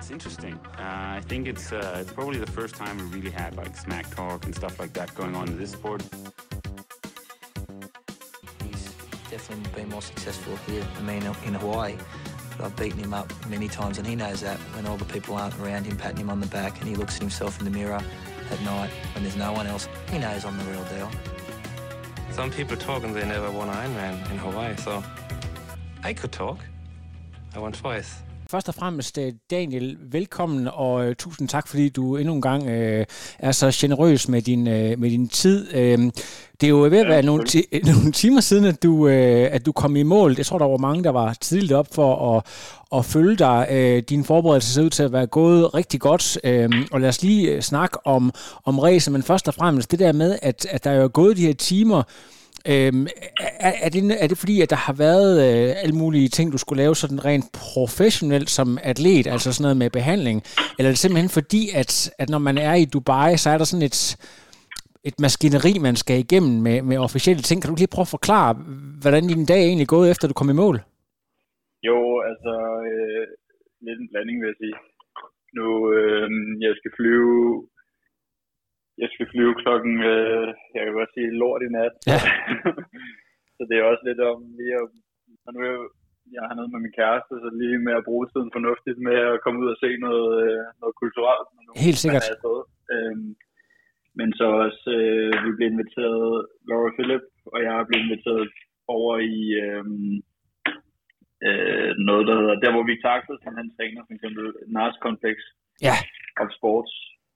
It's interesting. I think it's probably the first time we really had like smack talk and stuff like that going on in this sport. He's definitely been more successful here than me in Hawaii. But I've beaten him up many times, and he knows that when all the people aren't around him patting him on the back and he looks at himself in the mirror at night when there's no one else, he knows I'm the real deal. Some people talk and they never won Ironman in Hawaii, so I could talk. I won twice. Først og fremmest, Daniel, velkommen, og tusind tak, fordi du endnu en gang er så generøs med din tid. Det er jo ved at være nogle timer siden, at du kom i mål. Jeg tror, der var mange, der var tidligt op for at følge dig. Din forberedelse ser ud til at være gået rigtig godt, og lad os lige snakke om racet, men først og fremmest det der med, at der er gået de her timer. Er det fordi, at der har været alle mulige ting, du skulle lave sådan rent professionelt som atlet, altså sådan noget med behandling, eller er det simpelthen fordi, at når man er i Dubai, så er der sådan et maskineri, man skal igennem med officielle ting? Kan du lige prøve at forklare, hvordan din dag egentlig er gået, efter du kom i mål? Jo, altså lidt en blanding, vil jeg sige. Nu, jeg skal flyve klokken, jeg kan godt sige, lort i nat. Ja. Så det er også lidt om lige at, nu jeg har noget med min kæreste, så lige med at bruge tiden fornuftigt med at komme ud og se noget kulturelt. Helt sikkert. Men så også, vi blev inviteret, Laura Philipp og jeg blev inviteret over i noget, der hedder, der hvor vi taxede, som han træner, for eksempel NAS Complex of Sports.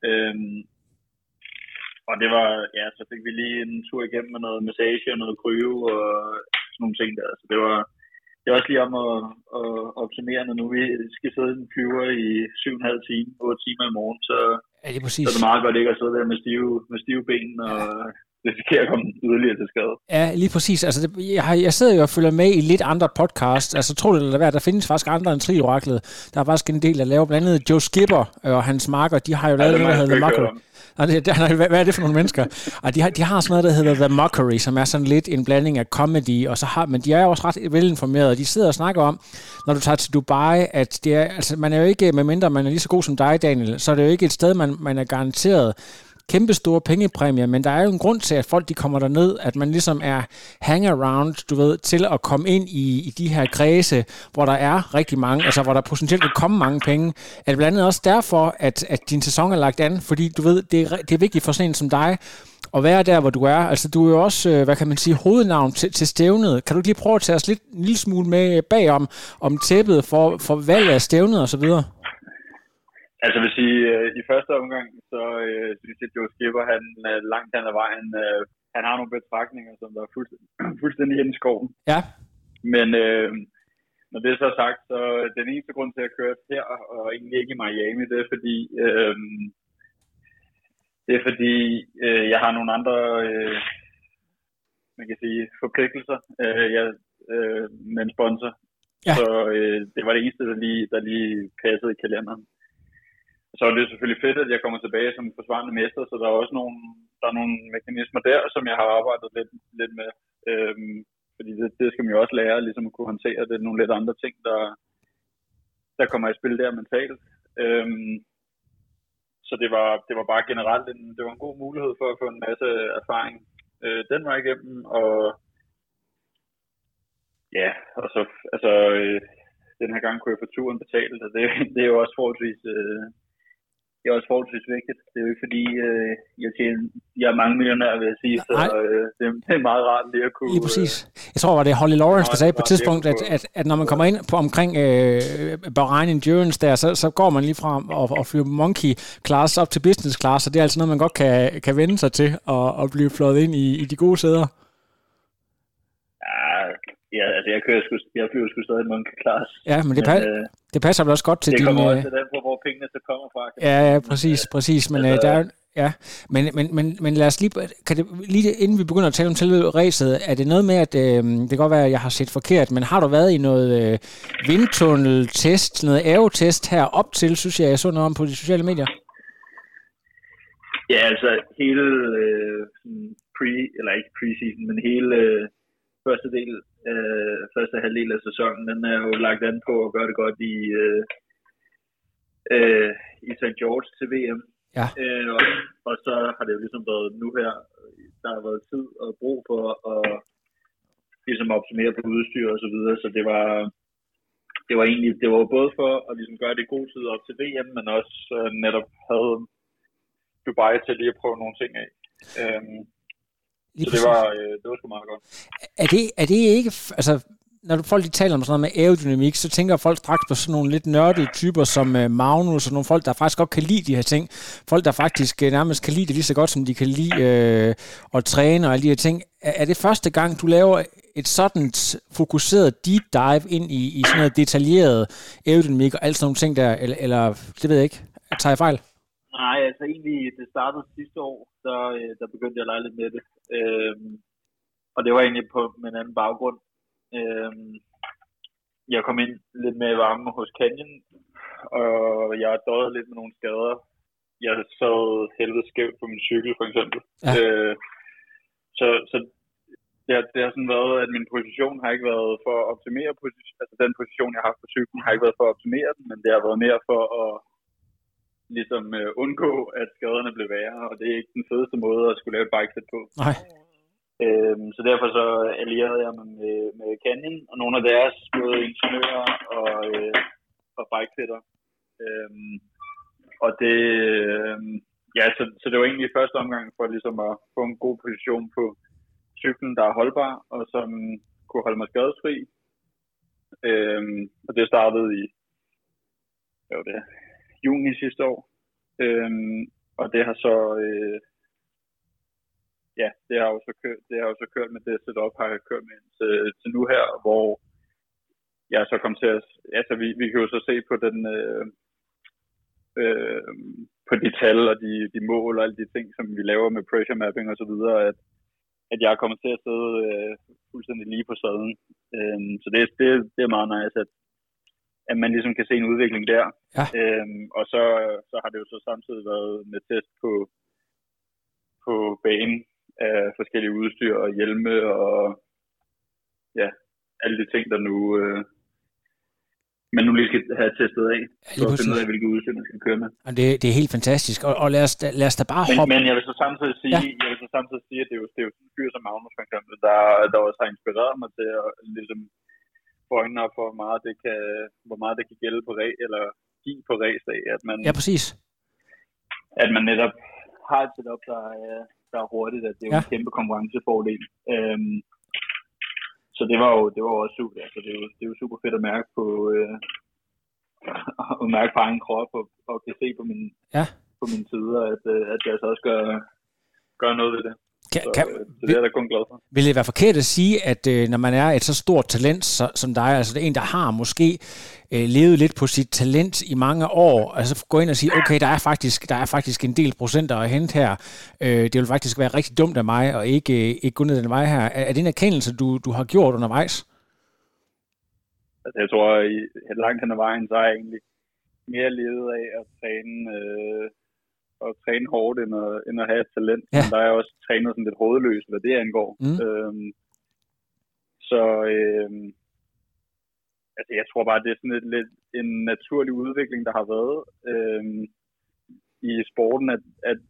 Og det var, ja, så fik vi lige en tur igennem med noget massage og noget kryo og sådan nogle ting der. Så det var også lige om at optimere, når nu vi skal sidde i en flyver i 7,5 timer, 8 timer i morgen, så, det er præcis. Så er det meget godt ikke at sidde der med stive ben og risikerer at komme yderligere til skade. Ja, lige præcis. Altså, jeg sidder jo og følger med i lidt andre podcasts. Altså, tror det eller hvad, der findes faktisk andre end Tri-oraklet. Der er faktisk en del, der laver blandt andet Joe Skipper og hans marker. De har jo lavet noget, der hedder The Mockery. Hvad er det for nogle mennesker? Og de har sådan noget, der hedder The Mockery, som er sådan lidt en blanding af comedy, men de er jo også ret velinformerede. De sidder og snakker om, når du tager til Dubai, at det er, altså, man er jo ikke, medmindre man er lige så god som dig, Daniel, så er det jo ikke et sted, man er garanteret kæmpe store pengepræmier, men der er jo en grund til, at folk de kommer derned, at man ligesom er hang-around, du ved, til at komme ind i de her kredse, hvor der er rigtig mange, altså hvor der potentielt kan komme mange penge. Er det blandt andet også derfor, at din sæson er lagt an? Fordi du ved, det er vigtigt for sådan en som dig at være der, hvor du er. Altså du er jo også, hvad kan man sige, hovednavn til stævnet. Kan du lige prøve at tage os en lille smule med bagom om tæppet for valget af stævnet og så videre? Altså jeg vil sige, i første omgang, så synes jeg, at Joe Skipper, han langt hen ad vejen, han har nogle betragtninger, som der er fuldstændig hen i skoven. Ja. Men når det er så sagt, så den eneste grund til at køre her, og egentlig ikke i Miami, det er fordi, jeg har nogle andre, man kan sige, forpligtelser med en sponsor. Ja. Så det var det eneste, der lige passede i kalenderen. Så er det selvfølgelig fedt, at jeg kommer tilbage som forsvarende mester, så der er også nogle mekanismer der, som jeg har arbejdet lidt med. Fordi det skal man jo også lære, ligesom at kunne håndtere. Det er nogle lidt andre ting, der kommer i spil der mentalt. Så det var bare generelt det var en god mulighed for at få en masse erfaring den vej igennem. Og ja, og så den her gang kunne jeg få turen betalt, og det er jo også forholdsvis... Det er også forholdsvis vigtigt. Det er jo ikke fordi, jeg er mange millionærer, vil jeg sige, så det er meget rart lige at kunne... Lige præcis. Jeg tror, det var Holly Lawrence, der sagde på et tidspunkt, at når man kommer ind på omkring Bahrain Endurance der, så går man lige frem og flyver monkey class op til business class, så det er altså noget, man godt kan vende sig til og blive fløjet ind i de gode sæder. Ja, altså jeg flyver sgu stadig monkey class. Ja, men det passer vel også godt til det din... Det kommer også til den på, hvor pengene så kommer fra. Ja, præcis. Men der er... Ja, men lad os lige inden vi begynder at tale om selve racet, er det noget med, at det kan godt være, at jeg har set forkert, men har du været i noget vindtunnel-test, noget aerotest her op til, synes jeg så noget om på de sociale medier? Ja, altså hele eller ikke pre-season, men hele første halvdel af sæsonen, den er jo lagt an på at gøre det godt i St. George til VM. Ja. Og så har det jo ligesom været nu her, der har været tid og brug for at ligesom optimere på udstyr og så videre, så det var egentlig, det var både for at ligesom gøre det i god tid op til VM, men også netop havde Dubai til lige at prøve nogle ting af. Så det var sgu meget godt. Er det ikke, altså når folk de taler om sådan noget med aerodynamik, så tænker folk straks på sådan nogle lidt nørdede typer som Magnus, og nogle folk, der faktisk godt kan lide de her ting. Folk, der faktisk nærmest kan lide det lige så godt, som de kan lide at træne og alle de her ting. Er det første gang, du laver et sådan fokuseret deep dive ind i sådan noget detaljeret aerodynamik og alle sådan nogle ting der, eller det ved jeg ikke, tager jeg fejl? Nej, altså egentlig, det startede sidste år, der begyndte jeg at lege lidt med det. Og det var egentlig med en anden baggrund. Jeg kom ind lidt mere i varme hos Canyon, og jeg døde lidt med nogle skader. Jeg sad helvede skævt på min cykel, for eksempel. Ja. Så det har sådan været, at min position har ikke været for at optimere altså den position, jeg har haft på cyklen, har ikke været for at optimere den, men det har været mere for at ligesom undgå, at skaderne blev værre, og det er ikke den fedeste måde at skulle lave et bikeset på. Nej. Så derfor så allierede jeg mig med Canyon og nogle af deres både ingeniører og bikefitter. Og det, så det var egentlig første omgang for ligesom at få en god position på cyklen, der er holdbar, og som kunne holde mig skadesfri. Og det startede i juni sidste år. Og det har så det har jo så kørt med det setup, har jeg kørt med til nu her, hvor jeg så kom til at, altså vi kan jo så se på den på de tal og de mål og alle de ting, som vi laver med pressure mapping og så videre, at jeg er kommet til at sidde fuldstændig lige på sadlen. Så det er meget nice, at man ligesom kan se en udvikling der. Ja. Og så har det jo så samtidig været med test på banen af forskellige udstyr og hjelme og alle de ting, der nu man nu lige skal have testet af, for at finde ud af, hvilke udstyr man skal køre med. Og det er helt fantastisk, og lad os da bare hoppe. Men jeg vil så samtidig sige, at det er jo sådan en fyr som Magnus, for eksempel, der også har inspireret mig til at ligesom få øjnene op for, hvor meget det kan gælde på eller give på racedag, at man, præcis. At man netop har et setup, der er hurtigt, at det er jo en kæmpe konkurrencefordel. Så det var jo også super. Altså, det er jo super fedt at mærke på egen krop og kan se på mine sider, at jeg så også gør noget ved det. Så det er jeg da kun glad for. Vil det være forkert at sige, at når man er et så stort talent som dig, altså det er en, der har måske levet lidt på sit talent i mange år, altså gå ind og sige, okay, der er faktisk en del procenter at hente her. Det vil faktisk være rigtig dumt af mig, og ikke gå ned den vej her. Er det en erkendelse, du har gjort undervejs? Altså jeg tror, langt hen ad vejen, så er jeg egentlig mere levet af at træne hårdt, end at have et talent. Ja. Men der er også trænet sådan lidt rådeløst, hvad det angår. Altså jeg tror bare, det er sådan lidt en naturlig udvikling, der har været i sporten, at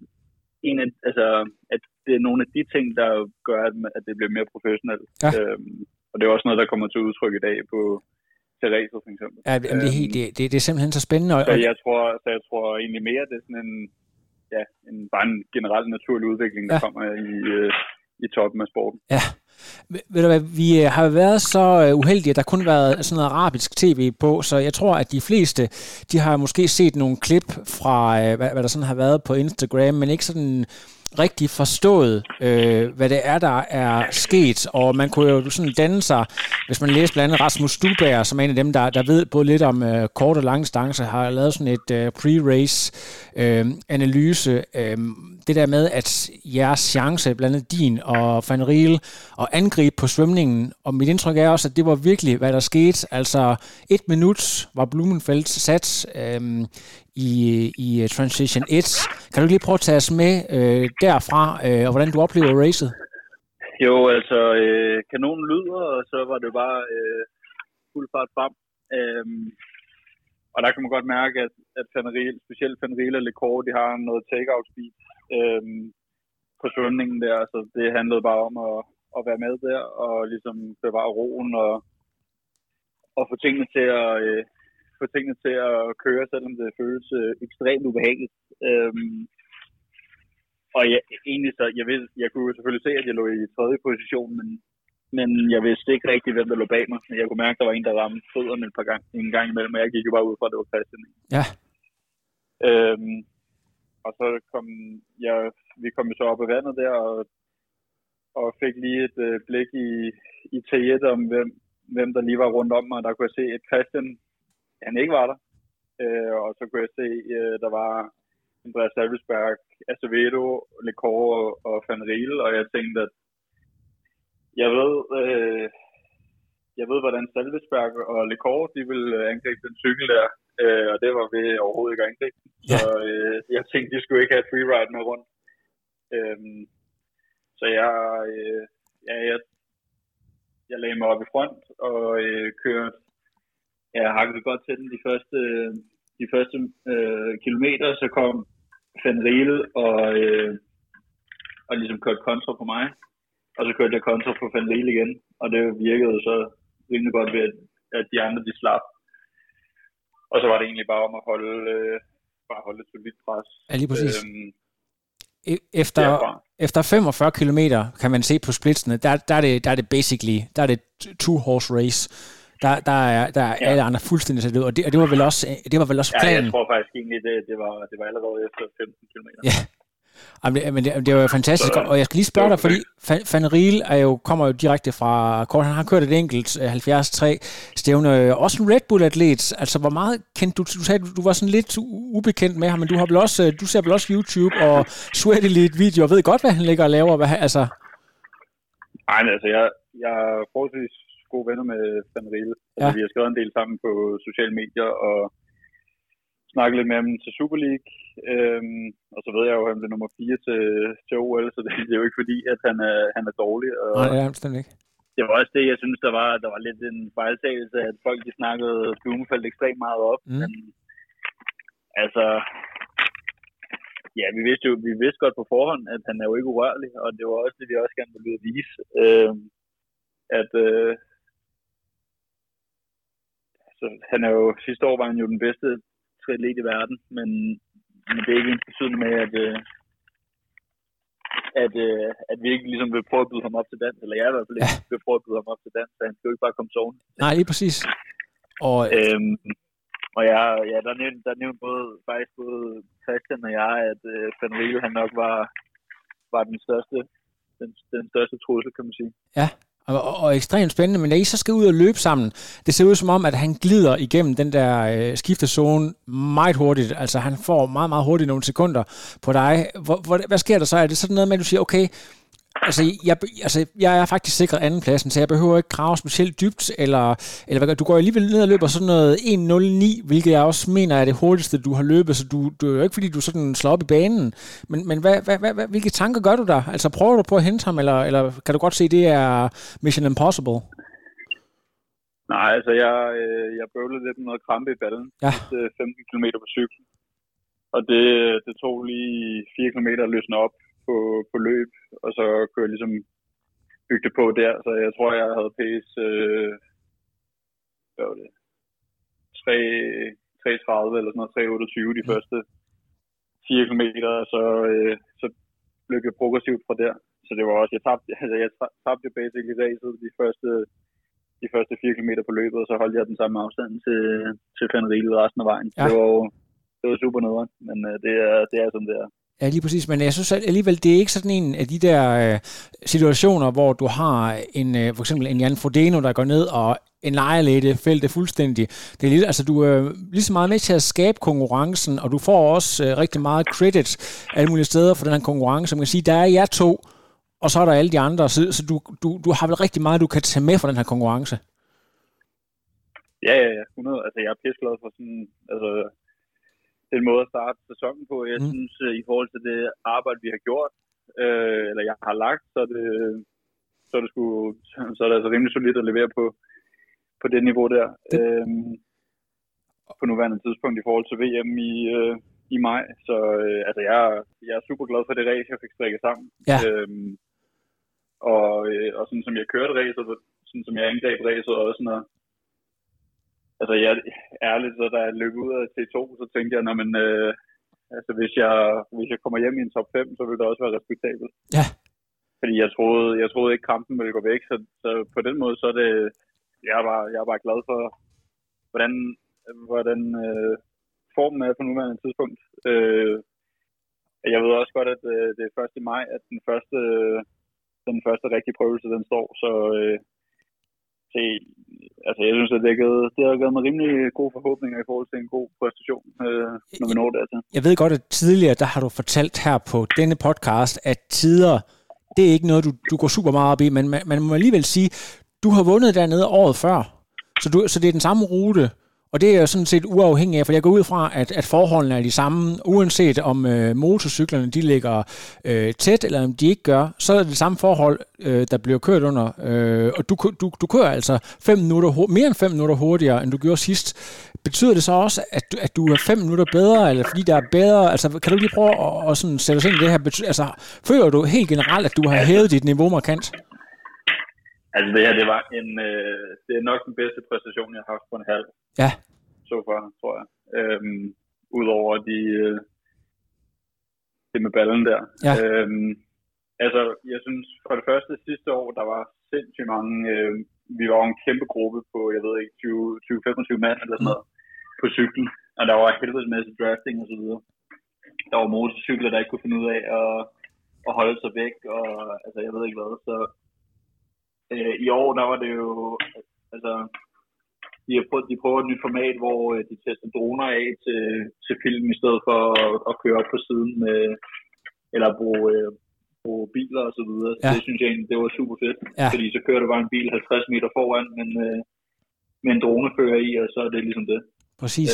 det er nogle af de ting, der gør, at det bliver mere professionelt. Ja. Og det er også noget, der kommer til udtryk i dag på Therese, for eksempel. Ja, det er simpelthen så spændende. Så jeg tror egentlig mere, at det er sådan bare en generelt naturlig udvikling, der kommer i toppen af sporten. Ja. Ved du hvad, vi har været så uheldige, at der kun har været sådan noget arabisk tv på, så jeg tror, at de fleste, de har måske set nogle klip fra, hvad der sådan har været på Instagram, men ikke sådan rigtig forstået, hvad det er, der er sket, og man kunne jo sådan danne sig, hvis man læser blandt andet Rasmus Stuberg, som er en af dem, der ved både lidt om kort og lang distance, har lavet sådan et pre-race analyse, det der med, at jeres chance, blandt andet din og Van Riel, og angribe på svømningen, og mit indtryk er også, at det var virkelig, hvad der skete, altså 1 minut var Blumenfeldt sat i Transition 1. Kan du lige prøve at tage os med derfra, og hvordan du oplever racet? Jo, altså kanonen lyder, og så var det bare fuld fart frem. Og der kan man godt mærke, at specielt Fenriel og Lecor, de har noget take-out-speed på svømningen der. Så det handlede bare om at være med der og ligesom bevare roen og få tingene til at køre, selvom det føles ekstremt ubehageligt. Og egentlig så, jeg kunne selvfølgelig se, at jeg lå i tredje position, men jeg vidste ikke rigtig, hvem der lå bag mig. Jeg kunne mærke, at der var en, der ramte fødderne en gang imellem, og jeg gik jo bare ud fra, at det var Christian. Ja. Og så vi kom så op af vandet der, og fik lige et blik i T1 om, hvem der lige var rundt om mig. Der kunne jeg se, at Christian, han ikke var der. Og så kunne jeg se, der var Andreas Salvesberg, Acevedo, Lecor og Fenriel, og jeg tænkte, at jeg ved, hvordan Salvesberg og Lecor, de ville angribe den cykel der, og det var ved overhovedet ikke at angribe. Ja. Så jeg tænkte, de skulle ikke have et freeride med rundt. Så jeg lagde mig op i front og kørte. Jeg hakkede godt til den de første kilometer, så kom Fenriel og ligesom kørte kontra på mig. Og så kørte jeg kontra på Fenriel igen, og det virkede så rimelig godt ved, at de andre de slap. Og så var det egentlig bare om at holde et solidt pres. Ja, lige præcis. Efter 45 kilometer kan man se på splitsene, der er det basically, der er det two-horse race. Der er alle andre fuldstændig sat ud, og det var vel også planen. Jeg tror faktisk egentlig, det var allerede efter 15 kilometer. Ja. Men det var jo fantastisk, og jeg skal lige spørge dig, fordi Fenriel kommer jo direkte fra kort. Han har kørt et enkelt 73 stævne, også en Red Bull-atlet. Altså, hvor meget kendte du? Du sagde, du var sådan lidt ubekendt med ham, men du ser vel også YouTube og Sweat Elite-videoer, og ved godt, hvad han ligger og laver. Altså. Nej, men altså, jeg er forholdsvis gode venner med Fenriel. Altså, vi har skrevet en del sammen på sociale medier, og snakke lidt med ham til Super League, og så ved jeg jo, at han blev nummer 4 til OL, så det er jo ikke fordi, at han er dårlig. Og nej, det er bestemt ikke. Det var også det, jeg synes, der var lidt en fejltagelse, at folk de snakkede Blumenfeldt ekstremt meget op. Men altså, ja, vi vidste godt på forhånd, at han er jo ikke urørlig, og det var også det, vi også gerne ville vise, så han er jo, sidste år var han jo den bedste atlet i verden, men det er ikke ens betydende med, at vi ikke ligesom vil prøve at byde ham op til dans, eller jeg i hvert fald ikke vil prøve at byde ham op til dans, så han skal jo ikke bare komme sovende. Nej, lige præcis. Og der nævnte både Christian og jeg, at Fenriel han nok var den største trussel, kan man sige. Ja. Og ekstremt spændende, men da I så skal ud og løbe sammen, det ser ud som om, at han glider igennem den der skiftezone meget hurtigt. Altså han får meget, meget hurtigt nogle sekunder på dig. Hvad sker der så? Er det sådan noget med, at du siger, okay, jeg er faktisk sikret andenpladsen, så jeg behøver ikke grave specielt dybt, eller hvad, du går alligevel ned og løber sådan noget 1.09, hvilket jeg også mener er det hurtigste, du har løbet, så du er jo ikke, fordi du sådan slår op i banen, men hvilke tanker gør du der? Altså prøver du på at hente ham, eller kan du godt se, det er Mission Impossible? Nej, altså jeg bøvlede lidt med noget krampe i ballen, 15 km på cykel, og det tog lige 4 km at løsne op på løb, og så kunne jeg ligesom bygge det på der, så jeg tror, jeg havde pace, hvad var det, 3.30 eller sådan noget, 3.28 de første 4 km, og så løb jeg progressivt fra der. Så det var også, jeg tabte basically racet de første 4 km på løbet, og så holdt jeg den samme afstand til Fenriel resten af vejen. Ja. Det var super nederen, men det er sådan, det er. Ja, lige præcis, men jeg synes alligevel, det er ikke sådan en af de der situationer, hvor du har for eksempel en Jan Frodeno, der går ned og en lejerlede feltet fuldstændig. Det er lidt, altså du er lige så meget med til at skabe konkurrencen, og du får også rigtig meget credit alle mulige steder for den her konkurrence. Man kan sige, der er jer to, og så er der alle de andre, så du har vel rigtig meget, du kan tage med for den her konkurrence. Ja, 100. Altså jeg er pisseglad for sådan, altså den måde at starte sæsonen på. Jeg synes, i forhold til det arbejde, vi har gjort, eller jeg har lagt, så er det altså rimelig solidt at levere på det niveau der. på nuværende tidspunkt i forhold til VM i maj. Så altså jeg er super glad for det race, jeg fik strikket sammen. Ja. Og sådan som jeg kørte racet, sådan som jeg angreb racet og sådan noget. Altså ærligt, så da jeg løb ud af T2, så tænkte jeg, altså hvis jeg kommer hjem i en top 5, så ville det også være respektabelt. Ja. Fordi jeg troede ikke kampen ville gå væk, så på den måde så er det jeg er bare glad for hvordan formen er på nuværende tidspunkt. Jeg ved også godt, at det er 1. maj, at den første rigtige prøvelse den står, så altså jeg synes, at det har givet mig rimelig gode forhåbninger i forhold til en god præstation, når vi når dertil. Jeg ved godt, at tidligere, der har du fortalt her på denne podcast, at tider, det er ikke noget, du går super meget op i, men man må alligevel sige, du har vundet dernede året før, så det er den samme rute, og det er jo sådan set uafhængigt af, for jeg går ud fra, at forholdene er de samme, uanset om motorcyklerne de ligger tæt, eller om de ikke gør, så er det samme forhold, der bliver kørt under. Og du kører altså mere end 5 minutter hurtigere, end du gjorde sidst. Betyder det så også, at du er 5 minutter bedre, eller fordi der er bedre? Altså, kan du lige prøve at sådan sætte os ind i det her? Altså, føler du helt generelt, at du har hævet dit niveau markant? Altså det her, det er nok den bedste præstation, jeg har haft på en halv. Ja. Så far, tror jeg. Udover det med ballen der. Ja. Altså, jeg synes for det første sidste år, der var sindssygt mange, vi var en kæmpe gruppe på, jeg ved ikke, 20-25 mand eller sådan noget, på cyklen. Og der var helvedes masse drafting og så videre. Der var motorcykler, der ikke kunne finde ud af at holde sig væk, og altså, jeg ved ikke hvad, så i år, der var det jo, altså, de prøver et nyt format, hvor de tester droner af til film, i stedet for at køre op på siden eller bruge biler og så videre. Ja. Det synes jeg egentlig, det var super fedt, fordi så kører der bare en bil 50 meter foran, men med en drone fører i, og så er det ligesom det. Præcis.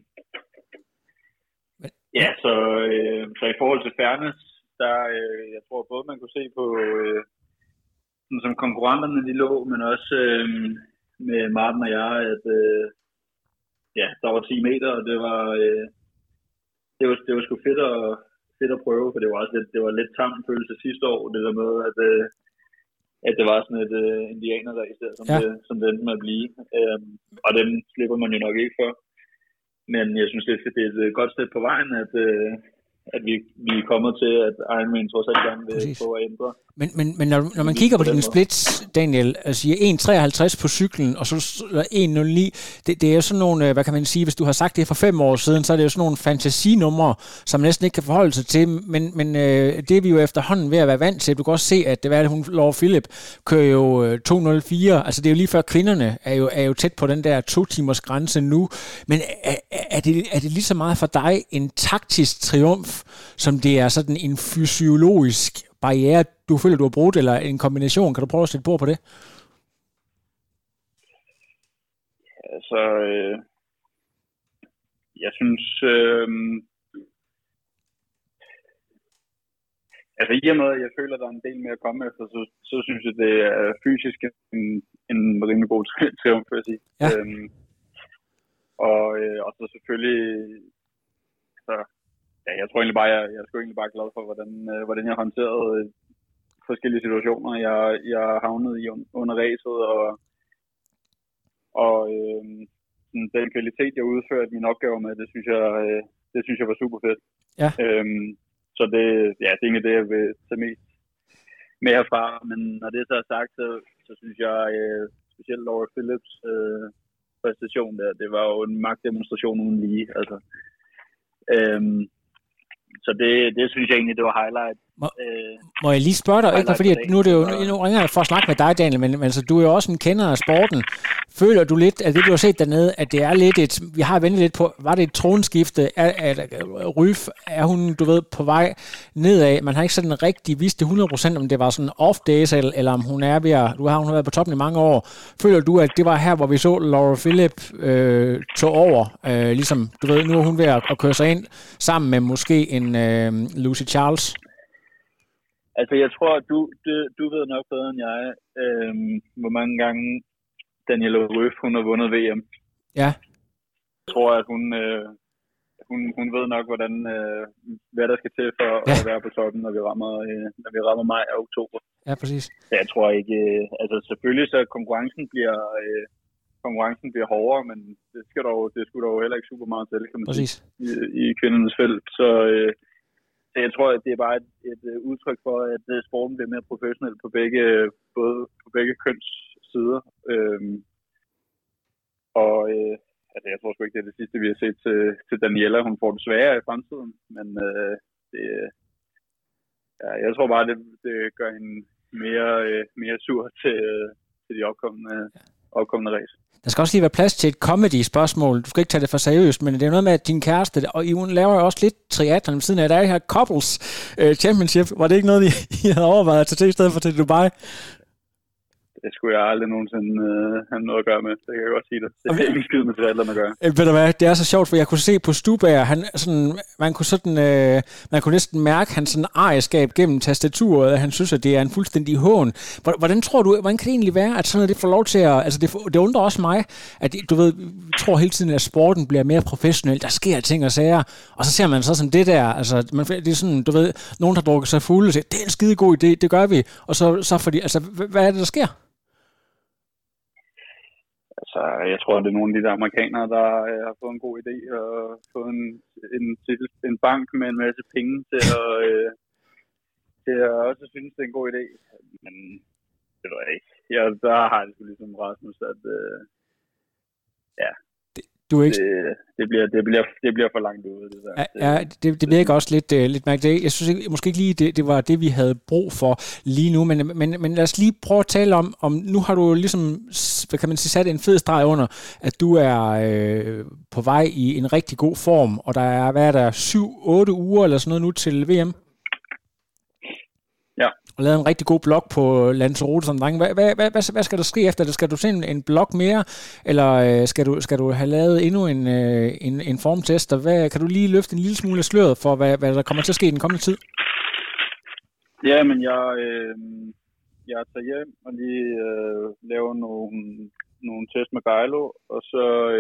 Ja, så i forhold til fairness, der, jeg tror både man kunne se på som konkurrenterne de lå, men også med Martin og jeg, at der var 10 meter, og det var sgu fedt at prøve, for det var lidt tam følelse sidste år, det der med, at det var sådan et indianerræs der, som det endte med at blive. Og den slipper man jo nok ikke for. Men jeg synes, det er et godt sted på vejen, at vi er kommet til, at Ironman trods alt gerne vil prøve at ændre. Men når man kigger på dine splits, Daniel, altså 1.53 på cyklen, og så 1.09, det er jo sådan nogle, hvad kan man sige, hvis du har sagt det for 5 år siden, så er det jo sådan nogle fantasinumre, som næsten ikke kan forholde sig til, men det er vi jo efterhånden ved at være vant til. Du kan også se, at Laura Philipp kører jo 2.04, altså det er jo lige før kvinderne er jo tæt på den der 2-timers grænse nu, men er det lige så meget for dig en taktisk triumf, som det er sådan en fysiologisk barriere, du føler, du har brugt, eller en kombination? Kan du prøve at sætte på det? Altså, jeg synes, altså i og med, at jeg føler, at der er en del mere at komme efter, så synes jeg, det er fysisk en rimelig god triumf, vil jeg sige. Ja. Og så selvfølgelig, så jeg tror egentlig bare, jeg er sgu egentlig bare glad for, hvordan jeg håndterede forskellige situationer, jeg havnet i under racet, og den kvalitet, jeg udførte mine opgaver med, det synes jeg var super fedt. Ja. Så det er egentlig det, jeg vil tage mest med herfra. Men når det så er sagt, så synes jeg, specielt Laura Philipps præstation der, det var jo en magtdemonstration uden lige. Altså, så det synes jeg egentlig, det var highlight. Må jeg lige spørge dig, ikke fordi at nu er det jo, nu ringer jeg for at snakke med dig, Daniel, men altså, du er jo også en kender af sporten. Føler du lidt, at det du har set dernede, at det er lidt vi har ventet lidt på, var det et tronskifte? Ryf, er hun, du ved, på vej nedad? Man har ikke sådan rigtig vidst det 100%, om det var sådan off days, eller om hun er ved at, hun har været på toppen i mange år. Føler du, at det var her, hvor vi så Laura Philipp tog over, ligesom, du ved, nu er hun ved at køre sig ind, sammen med måske en Lucy Charles? Altså, jeg tror, at du ved nok bedre end jeg, hvor mange gange Daniela Ryf, hun har vundet VM. Ja. Jeg tror, at hun ved nok, hvad der skal til for at være på toppen, når vi rammer maj og oktober. Ja, præcis. Jeg tror ikke, altså selvfølgelig så konkurrencen bliver hårdere, men det skulle dog heller ikke super meget til, kan man sige, i kvindernes felt. Så jeg tror, at det er bare et udtryk for, at sporten bliver mere professionel både på begge køns sider. Altså, jeg tror sgu ikke, det er det sidste, vi har set til Daniela. Hun får det sværere i fremtiden, men jeg tror bare, det gør hende mere sur til de opkommende race. Der skal også lige være plads til et comedy-spørgsmål. Du skal ikke tage det for seriøst, men det er noget med, at din kæreste, og hun laver jo også lidt triathlon ved siden af, der er her Couples Championship. Var det ikke noget, I havde overvejet at tage til i stedet for til Dubai? Det skulle jeg aldrig nogensinde have noget at gøre med. Det kan jeg godt sige det. Det er ikke skid med triathlon at gøre. Ved du hvad, det er så sjovt, for jeg kunne se på Stubager, man kunne næsten mærke hans sådan ejerskab gennem tastaturet, at han synes, at det er en fuldstændig hån. Hvordan tror du, hvordan kan det egentlig være, at sådan noget det får lov til at... Altså det undrer også mig, at du ved, tror hele tiden, at sporten bliver mere professionel, der sker ting og sager, og så ser man så sådan det der, altså det er sådan, du ved, nogen der drukker sig fulde og siger, det er en skide god idé, det gør vi, og så fordi, altså hvad er det, der sker? Altså, jeg tror, det er nogle af de der amerikanere, der har fået en god idé og fået en bank med en masse penge til at også synes, det er en god idé. Men det ved jeg ikke. Der har jeg sgu ligesom Rasmus, at det bliver for langt ude. Det virker også lidt mærkeligt. Jeg synes måske ikke lige, det var det, vi havde brug for lige nu, men lad os lige prøve at tale om nu har du ligesom, kan man sige, sat en fed streg under, at du er på vej i en rigtig god form, og der er, hvad er der, 7-8 uger eller sådan noget nu til VM? Ja. Og lavet en rigtig god blog på Lanzarote. Hvad skal der ske efter det? Skal du se en blog mere, eller skal du have lavet endnu en formtest? Og kan du lige løfte en lille smule af sløret for, hvad der kommer til at ske i den kommende tid? Ja, men jeg tager hjem og lige laver nogle test med Geilo, og så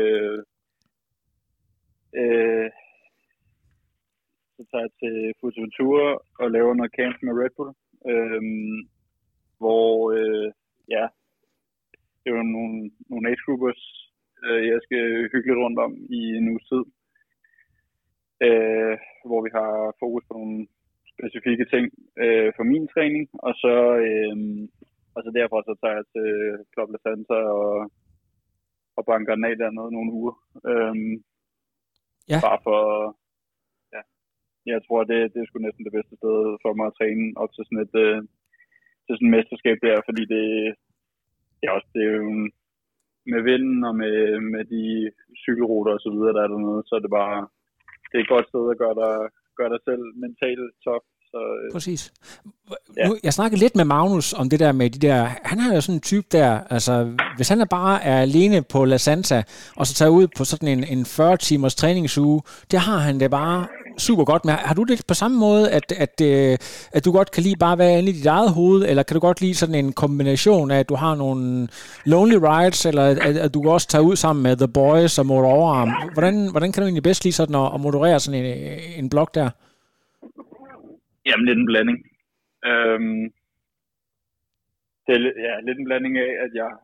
tager jeg til Fuerteventura og laver noget camp med Red Bull. Hvor det er jo nogle age-groupers, jeg skal hygge lidt rundt om i en uges tid, hvor vi har fokus på nogle specifikke ting for min træning, og så derfra så tager jeg til Club La Santa og banker den af dernede nogle uger. Bare for... Jeg tror, det er sgu næsten det bedste sted for mig at træne op til sådan et mesterskab der, fordi det er jo med vinden og med de cykelruter og så videre, der er dernede, så er det bare, det er et godt sted at gøre dig selv mentalt top. Præcis. Ja. Jeg snakkede lidt med Magnus om det der med de der, han har jo sådan en type der, altså hvis han bare er alene på La Santa, og så tager ud på sådan en 40 timers træningsuge, det har han det bare super godt med. Har du det på samme måde, at du godt kan lide bare være inde i dit eget hoved, eller kan du godt lide sådan en kombination af, at du har nogle lonely rides, eller at du også tager ud sammen med The Boys og motor overarm? Hvordan kan du egentlig bedst lide sådan at moderere sådan en blok der? Jamen, lidt en blanding. Det er lidt en blanding af, at jeg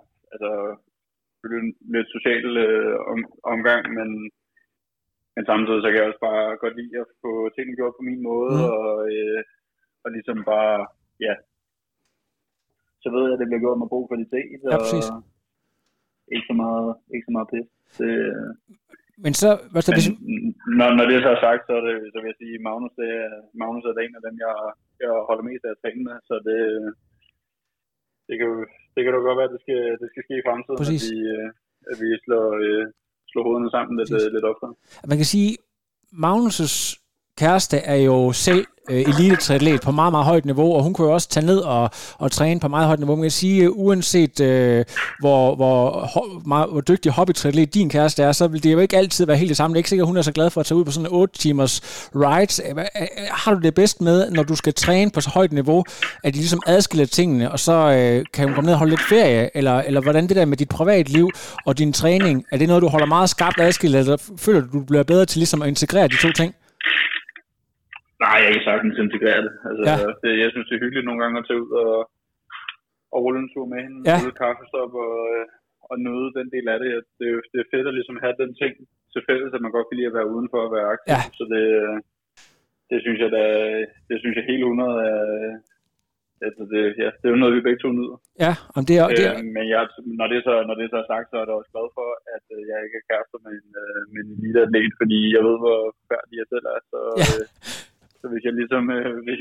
lidt social omgang, men samtidig så kan jeg også bare godt lide at få tingene gjort på min måde, og ligesom bare, så ved jeg, at det bliver gjort med god kvalitet, og ikke så meget pis. Men så... Når det så er sagt, så vil jeg sige, Magnus er en af dem, jeg holder mest af at træne med, så det kan jo godt være, at det skal ske i fremtiden, at vi slår hovederne sammen lidt oftere. Man kan sige, Magnus' kæreste er jo selv elitetriatlet på meget, meget højt niveau, og hun kunne jo også tage ned og træne på meget højt niveau. Man kan sige, uanset hvor dygtig hobbytriatlet din kæreste er, så vil det jo ikke altid være helt det samme. Det er ikke sikkert, at hun er så glad for at tage ud på sådan en 8 timers rides. Har du det bedst med, når du skal træne på så højt niveau, at de ligesom adskiller tingene, og så kan hun komme ned og holde lidt ferie, eller hvordan det der med dit privatliv og din træning, er det noget, du holder meget skarpt adskilt, eller føler du bliver bedre til ligesom at integrere de to ting? Nej, jeg kan sagtens integrere det. Altså, jeg synes, det er hyggeligt nogle gange at tage ud og rulle en tur med hende, rulle kaffestop og nyde den del af det. Det er fedt at ligesom have den ting til fælles, at man godt kan lide at være udenfor og være aktiv. Ja. Så det synes jeg da, det synes jeg helt 100 altså det er jo noget, vi begge to nyder. Ja, om det er... Men når det så er sagt, så er jeg også glad for, at jeg ikke er kærester med en eliteatlet, fordi jeg ved, hvor færdig jeg selv er. Så hvis jeg ligesom, hvis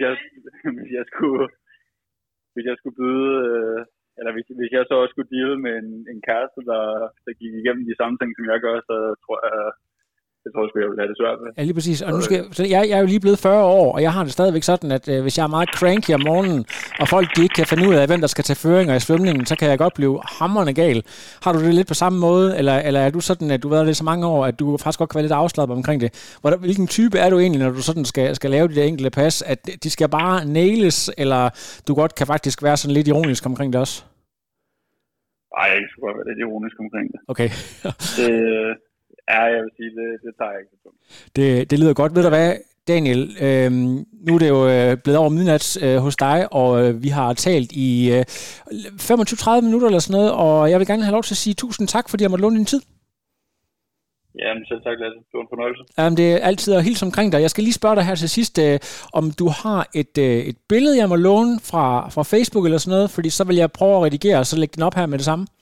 jeg skulle byde, eller hvis jeg så også skulle deale med en kæreste, der gik igennem de samme ting, som jeg gør, så tror jeg skulle jeg ville have det svært med. Ja, lige præcis. Og nu jeg er jo lige blevet 40 år, og jeg har det stadigvæk sådan, at hvis jeg er meget cranky om morgenen, og folk de ikke kan finde ud af, hvem der skal tage føringer i svømningen, så kan jeg godt blive hamrende gal. Har du det lidt på samme måde, eller er du sådan, at du har været det så mange år, at du faktisk godt kan være lidt afslappet omkring det? Hvilken type er du egentlig, når du sådan skal lave de der enkelte pas? At de skal bare nailes, eller du godt kan faktisk være sådan lidt ironisk omkring det også? Nej, jeg kan godt være lidt ironisk omkring det. Okay. Ja, jeg vil sige, det tager jeg ikke så tungt. Det lyder godt. Ved du hvad, Daniel, nu er det jo blevet over midnat hos dig, og vi har talt i 25-30 minutter eller sådan noget, og jeg vil gerne have lov til at sige tusind tak, fordi jeg måtte låne din tid. Jamen selv tak, Lasse. Det var en fornøjelse. Jamen, det er altid at hilse omkring dig. Jeg skal lige spørge dig her til sidst, om du har et billede, jeg må låne fra Facebook eller sådan noget, fordi så vil jeg prøve at redigere, og så lægge den op her med det samme.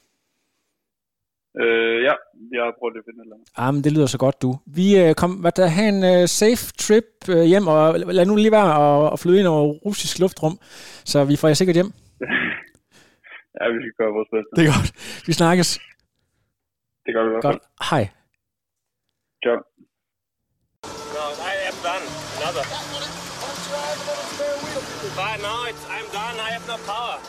Ja, jeg har prøvet at finde et eller andet. Jamen, det lyder så godt, du. Vi kommer til at have en safe trip hjem, og lad nu lige være at flyde ind over russisk luftrum, så vi får jer sikkert hjem. Ja, vi skal gøre vores bedste. Det er godt. Vi snakkes. Det gør vi i hvert fald. Godt. Hej. Ciao. No, I am done. Another. Fine, now I'm done. I have no power.